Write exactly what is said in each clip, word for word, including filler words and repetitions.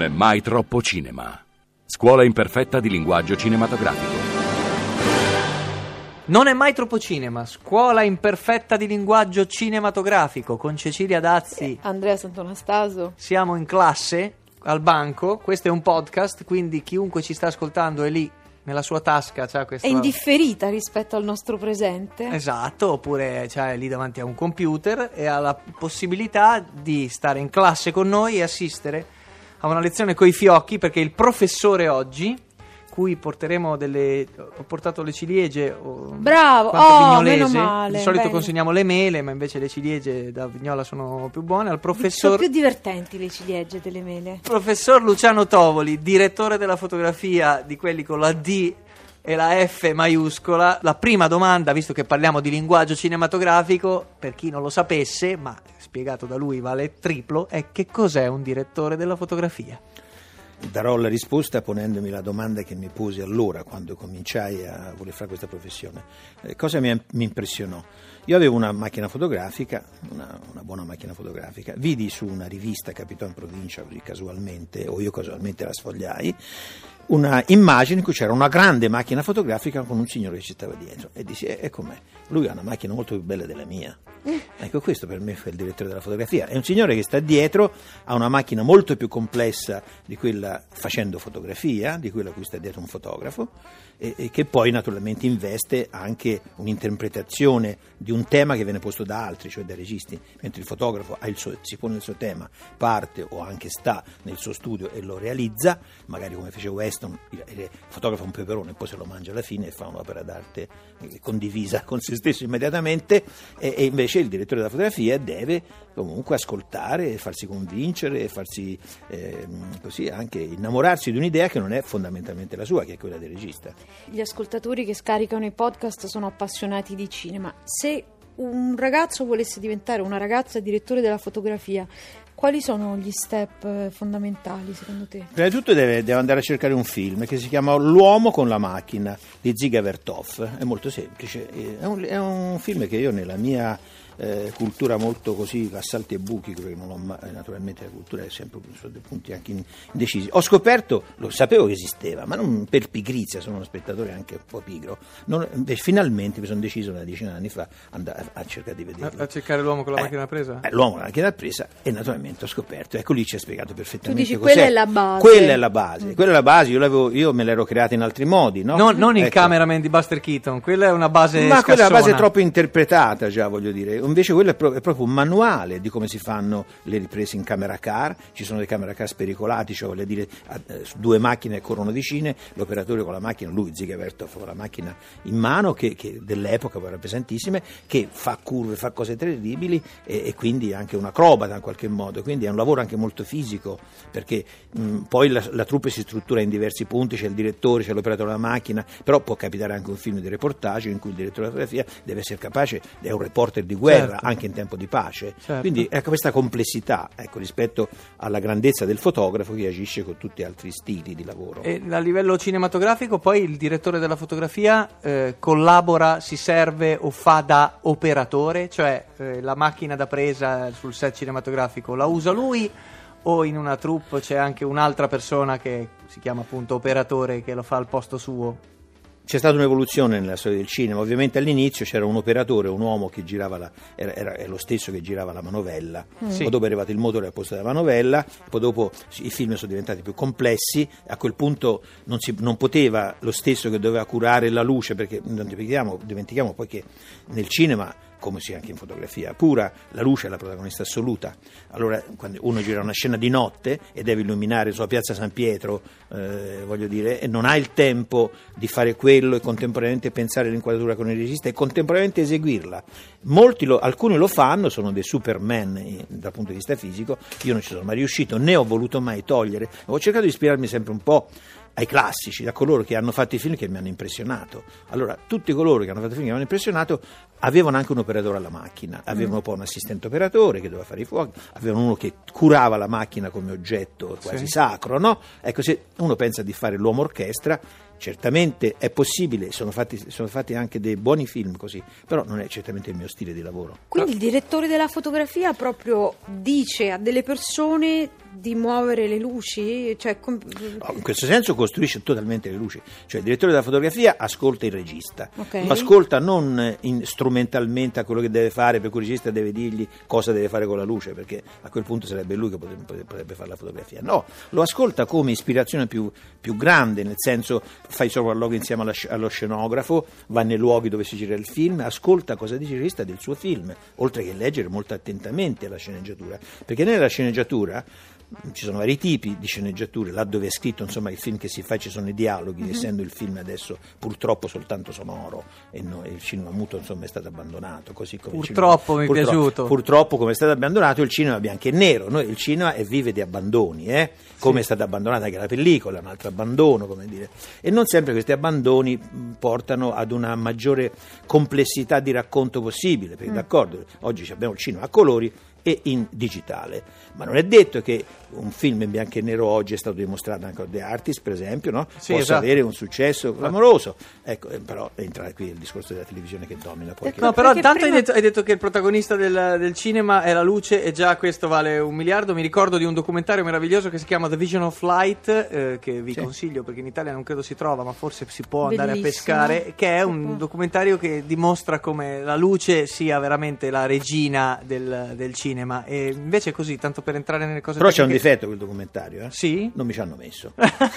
è mai troppo cinema. Scuola imperfetta di linguaggio cinematografico. Non è mai troppo cinema, scuola imperfetta di linguaggio cinematografico con Cecilia Dazzi, Andrea Sant'Anastaso. Siamo in classe, al banco, questo è un podcast, quindi chiunque ci sta ascoltando è lì nella sua tasca. C'ha questo... È indifferita rispetto al nostro presente. Esatto, oppure c'è lì davanti a un computer e ha la possibilità di stare in classe con noi e assistere a una lezione coi fiocchi, perché il professore oggi, cui porteremo delle... ho portato le ciliegie. Oh, bravo, oh, meno male. Di solito bene. Consegniamo le mele, ma invece le ciliegie da Vignola sono più buone. Al professor... Sono più divertenti le ciliegie delle mele. Professor Luciano Tovoli, direttore della fotografia di quelli con la D e la F maiuscola. La prima domanda, visto che parliamo di linguaggio cinematografico, per chi non lo sapesse, ma spiegato da lui vale triplo, è: che cos'è un direttore della fotografia? Darò la risposta ponendomi la domanda che mi posi allora quando cominciai a voler fare questa professione. Eh, cosa mi, mi impressionò? Io avevo una macchina fotografica, una, una buona macchina fotografica, vidi su una rivista, capitò in provincia così casualmente, o io casualmente la sfogliai, una immagine in cui c'era una grande macchina fotografica con un signore che ci stava dietro, e dissi, eh, ecco me, lui ha una macchina molto più bella della mia. Ecco, questo per me fu il direttore della fotografia. È un signore che sta dietro, ha una macchina molto più complessa di quella facendo fotografia, di quella a cui sta dietro un fotografo, e, e che poi naturalmente investe anche un'interpretazione di un tema che viene posto da altri, cioè dai registi, mentre il fotografo ha il suo, si pone il suo tema, parte o anche sta nel suo studio e lo realizza, magari come fece Weston, il, il fotografo un peperone, poi se lo mangia alla fine e fa un'opera d'arte condivisa con se stesso immediatamente, e, e invece il direttore della fotografia deve comunque ascoltare, farsi convincere e farsi eh, così anche innamorarsi di un'idea che non è fondamentalmente la sua, che è quella del regista. Gli ascoltatori che scaricano i podcast sono appassionati di cinema. Se un ragazzo volesse diventare una ragazza direttore della fotografia, quali sono gli step fondamentali secondo te? Prima di tutto deve, deve andare a cercare un film che si chiama L'uomo con la macchina di Dziga Vertov. È molto semplice, è un, è un film che io nella mia eh, cultura molto così a salti e buchi, perché non ho mai, naturalmente la cultura è sempre su dei punti anche indecisi, ho scoperto, lo sapevo che esisteva, ma non per pigrizia, sono uno spettatore anche un po' pigro, non, invece, finalmente mi sono deciso una decina di anni fa andare a, a cercare di vederlo. A, a cercare l'uomo con la eh, macchina da presa? Eh, l'uomo con la macchina da presa, e naturalmente ho scoperto, ecco lì ci ha spiegato perfettamente tu dici, cos'è. Quella è la base. Quella è la base, mm. quella è la base, io, l'avevo, io me l'ero creata in altri modi, no? Non, non il ecco. cameraman di Buster Keaton, quella è una base ma scassona. quella è una base troppo interpretata già, voglio dire, invece quello è, pro- è proprio un manuale di come si fanno le riprese in camera car. Ci sono dei camera car spericolati, cioè voglio dire eh, due macchine corrono vicine, l'operatore con la macchina, lui Dziga Vertov con la macchina in mano, che, che dell'epoca poi era pesantissime, che fa curve, fa cose terribili, e, e quindi anche un acrobata in qualche modo, quindi è un lavoro anche molto fisico, perché mh, poi la, la troupe si struttura in diversi punti, c'è il direttore, c'è l'operatore della macchina, però può capitare anche un film di reportage in cui il direttore della fotografia deve essere capace, è un reporter di guerra, certo, anche in tempo di pace, certo. Quindi ecco questa complessità, ecco, rispetto alla grandezza del fotografo che agisce con tutti altri stili di lavoro. E a livello cinematografico poi il direttore della fotografia eh, collabora, si serve o fa da operatore, cioè eh, la macchina da presa sul set cinematografico la usa lui, o in una troupe c'è anche un'altra persona che si chiama appunto operatore che lo fa al posto suo? C'è stata un'evoluzione nella storia del cinema, ovviamente all'inizio c'era un operatore, un uomo che girava, la, era, era lo stesso che girava la manovella, mm. poi dopo è arrivato il motore al posto della manovella, poi dopo i film sono diventati più complessi, a quel punto non, si, non poteva lo stesso che doveva curare la luce, perché non dimentichiamo, dimentichiamo poi che nel cinema, come sia anche in fotografia pura, la luce è la protagonista assoluta. Allora quando uno gira una scena di notte e deve illuminare sulla piazza San Pietro, eh, voglio dire, e non ha il tempo di fare quello e contemporaneamente pensare l'inquadratura con il regista e contemporaneamente eseguirla. Molti lo, alcuni lo fanno, sono dei superman eh, dal punto di vista fisico, io non ci sono mai riuscito, né ho voluto mai togliere, ho cercato di ispirarmi sempre un po' ai classici, da coloro che hanno fatto i film che mi hanno impressionato. Allora, tutti coloro che hanno fatto i film che mi hanno impressionato avevano anche un operatore alla macchina, avevano mm. poi un assistente operatore che doveva fare i fuochi, avevano uno che curava la macchina come oggetto quasi sì. sacro, no? Ecco, se uno pensa di fare l'uomo orchestra, certamente è possibile, sono fatti, sono fatti anche dei buoni film così, però non è certamente il mio stile di lavoro. Quindi il direttore della fotografia proprio dice a delle persone di muovere le luci? Cioè, com- no, in questo senso costruisce totalmente le luci, cioè il direttore della fotografia ascolta il regista, okay. ascolta non in, strumentalmente a quello che deve fare, per cui il regista deve dirgli cosa deve fare con la luce, perché a quel punto sarebbe lui che potrebbe, potrebbe fare la fotografia. No, lo ascolta come ispirazione più, più grande, nel senso fa i sopralluoghi insieme alla, allo scenografo, va nei luoghi dove si gira il film, ascolta cosa dice il regista del suo film, oltre che leggere molto attentamente la sceneggiatura, perché nella sceneggiatura ci sono vari tipi di sceneggiature, là dove è scritto insomma il film che si fa ci sono i dialoghi, mm-hmm. essendo il film adesso purtroppo soltanto sonoro e no, il cinema muto insomma è stato abbandonato, così come purtroppo il cinema, mi è purtroppo, piaciuto purtroppo come è stato abbandonato il cinema bianco e nero. Noi, il cinema è vive di abbandoni, eh? come sì. è stata abbandonata anche la pellicola, un altro abbandono, come dire, e non sempre questi abbandoni portano ad una maggiore complessità di racconto possibile, perché mm. d'accordo, oggi abbiamo il cinema a colori e in digitale, ma non è detto che un film in bianco e nero oggi è stato dimostrato anche con The Artist, per esempio, no? Sì, possa esatto. avere un successo clamoroso. Ecco, però entra qui il discorso della televisione che domina poi. Ecco, no, però perché tanto prima... hai, detto, hai detto che il protagonista del, del cinema è la luce e già questo vale un miliardo. Mi ricordo di un documentario meraviglioso che si chiama The Vision of Light, eh, che vi sì. consiglio perché in Italia non credo si trova, ma forse si può andare Bellissimo. a pescare, che è un documentario che dimostra come la luce sia veramente la regina del, del cinema, e invece è così, tanto per entrare nelle cose però tecniche... c'è un difetto quel documentario, eh? Sì? Non mi ci hanno messo.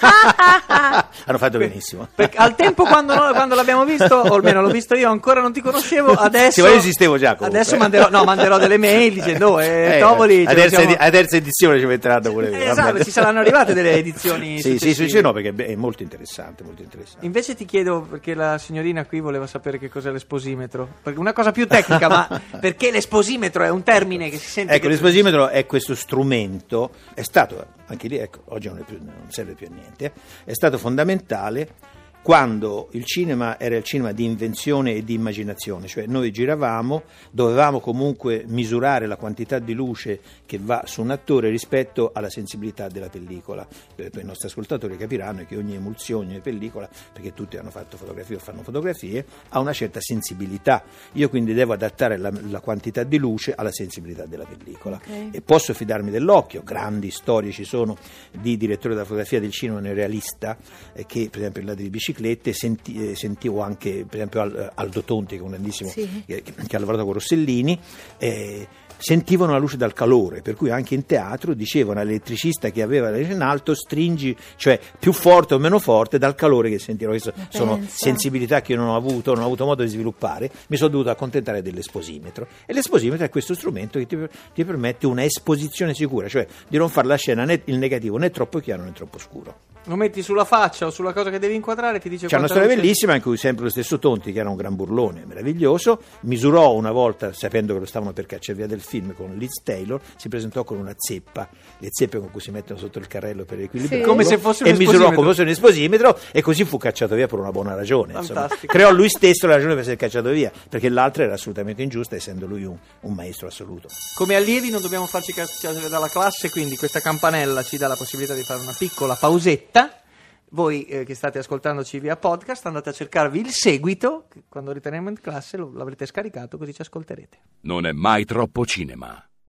Hanno fatto benissimo. Perché al tempo quando, quando l'abbiamo visto, o almeno l'ho visto io, ancora non ti conoscevo, adesso... Sì, io esistevo già comunque. Adesso manderò, no, manderò delle mail dicendo, oh, eh, eh, Tovoli... a, terza, siamo... a terza edizione ci metteranno pure eh, esatto, ci saranno arrivate delle edizioni sì, sì, sì, sì, no, perché è molto interessante, molto interessante. Invece ti chiedo, perché la signorina qui voleva sapere che cos'è l'esposimetro, perché una cosa più tecnica, ma perché l'esposimetro è un termine che si sente... Ecco, che... l'esposimetro è questo strumento, è stato, anche lì, ecco, oggi non, è più, non serve più a niente, è stato fondamentale quando il cinema era il cinema di invenzione e di immaginazione, cioè noi giravamo, dovevamo comunque misurare la quantità di luce che va su un attore rispetto alla sensibilità della pellicola. Per i nostri ascoltatori capiranno che ogni emulsione, ogni pellicola, perché tutti hanno fatto fotografie o fanno fotografie, ha una certa sensibilità. Io quindi devo adattare la, la quantità di luce alla sensibilità della pellicola. Okay. E posso fidarmi dell'occhio. Grandi storie ci sono di direttori della fotografia del cinema neorealista, eh, che per esempio il Ladri di biciclette Senti, eh, sentivo anche per esempio Aldo Tonti, che è un grandissimo sì. che, che ha lavorato con Rossellini, eh, sentivano la luce dal calore, per cui anche in teatro dicevano all'elettricista che aveva la luce in alto stringi, cioè più forte o meno forte dal calore che sentivano. Queste sono sensibilità che io non ho avuto, non ho avuto modo di sviluppare, mi sono dovuto accontentare dell'esposimetro, e l'esposimetro è questo strumento che ti, ti permette una esposizione sicura, cioè di non fare la scena né il negativo né troppo chiaro né troppo scuro. Lo metti sulla faccia o sulla cosa che devi inquadrare, ti dice. C'è una storia luce... bellissima in cui sempre lo stesso Tonti, che era un gran burlone meraviglioso, misurò una volta, sapendo che lo stavano per cacciare via del film con Liz Taylor, si presentò con una zeppa, le zeppe con cui si mettono sotto il carrello per equilibrare, sì. come se fosse un e esposimetro. misurò come fosse un esposimetro, e così fu cacciato via per una buona ragione. Insomma. Creò lui stesso la ragione per essere cacciato via, perché l'altra era assolutamente ingiusta, essendo lui un, un maestro assoluto. Come allievi non dobbiamo farci cacciare dalla classe, quindi questa campanella ci dà la possibilità di fare una piccola pausetta. Voi eh, che state ascoltandoci via podcast, andate a cercarvi il seguito, che quando ritorniamo in classe lo, l'avrete scaricato, così ci ascolterete. Non è mai troppo cinema.